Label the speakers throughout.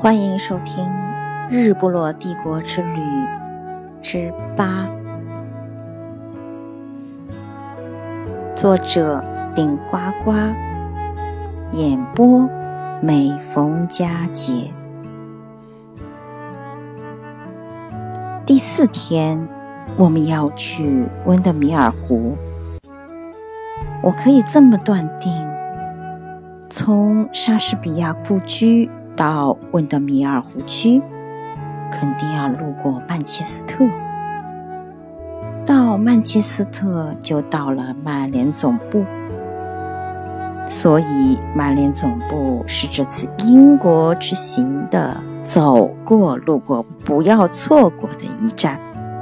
Speaker 1: 欢迎收听《日不落帝国之旅之8》，作者顶呱呱，演播每逢佳节。第4天，我们要去温德米尔湖。我可以这么断定，从莎士比亚故居到温德米尔湖区，肯定要路过曼彻斯特。到曼彻斯特就到了曼联总部，所以曼联总部是这次英国之行的走过路过不要错过的一站。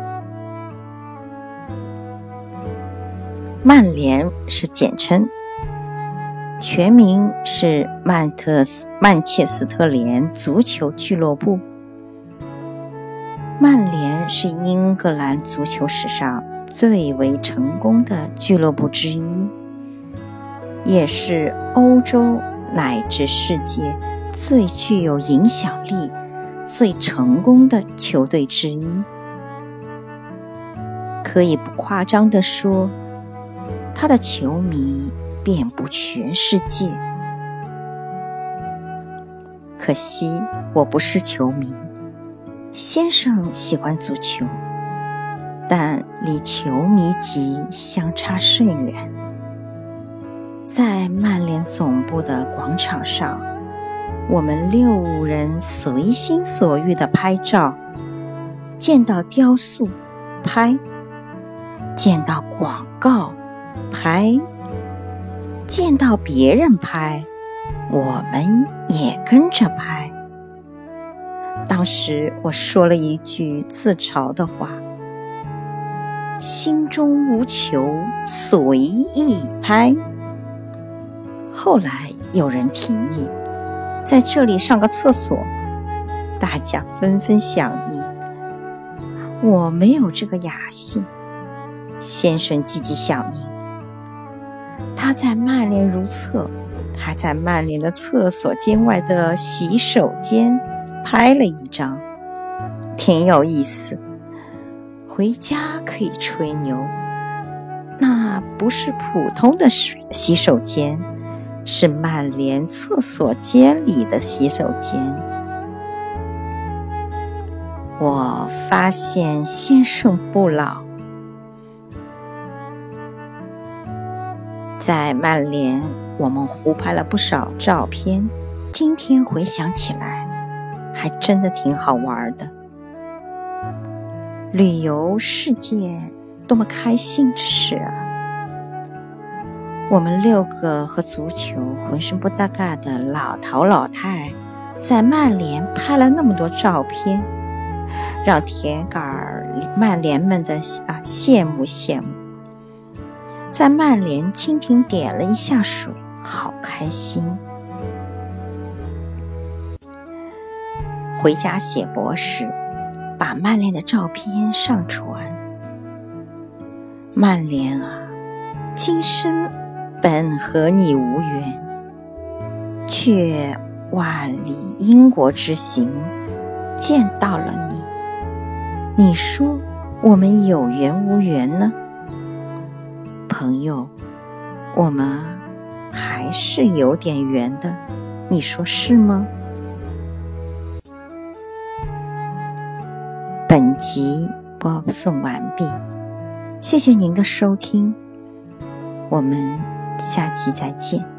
Speaker 1: 曼联是简称，全名是曼彻斯特联足球俱乐部。曼联是英格兰足球史上最为成功的俱乐部之一，也是欧洲乃至世界最具有影响力、最成功的球队之一。可以不夸张地说，他的球迷遍布全世界。可惜我不是球迷，先生喜欢足球，但离球迷级相差甚远。在曼联总部的广场上，我们6人随心所欲地拍照，见到雕塑拍，见到广告拍，见到别人拍，我们也跟着拍。当时我说了一句自嘲的话：心中无球，随意拍。后来有人提议在这里上个厕所，大家纷纷响应。我没有这个雅兴，先生积极响应。他在曼联如厕，还在曼联的厕所间外的洗手间拍了一张，挺有意思。回家可以吹牛，那不是普通的洗手间，是曼联厕所间里的洗手间。我发现先生不老。在曼联，我们互拍了不少照片，今天回想起来，还真的挺好玩的。旅游是件多么开心的事啊！我们6个和足球浑身不搭嘎的老头老太，在曼联拍了那么多照片，让铁杆曼联们的羡慕羡慕。在曼联蜻蜓点了一下水，好开心。回家写博士，把曼联的照片上传。曼联啊，今生本和你无缘，却万里英国之行见到了你。你说我们有缘无缘呢？朋友，我们还是有点缘的，你说是吗？本集播送完毕，谢谢您的收听，我们下期再见。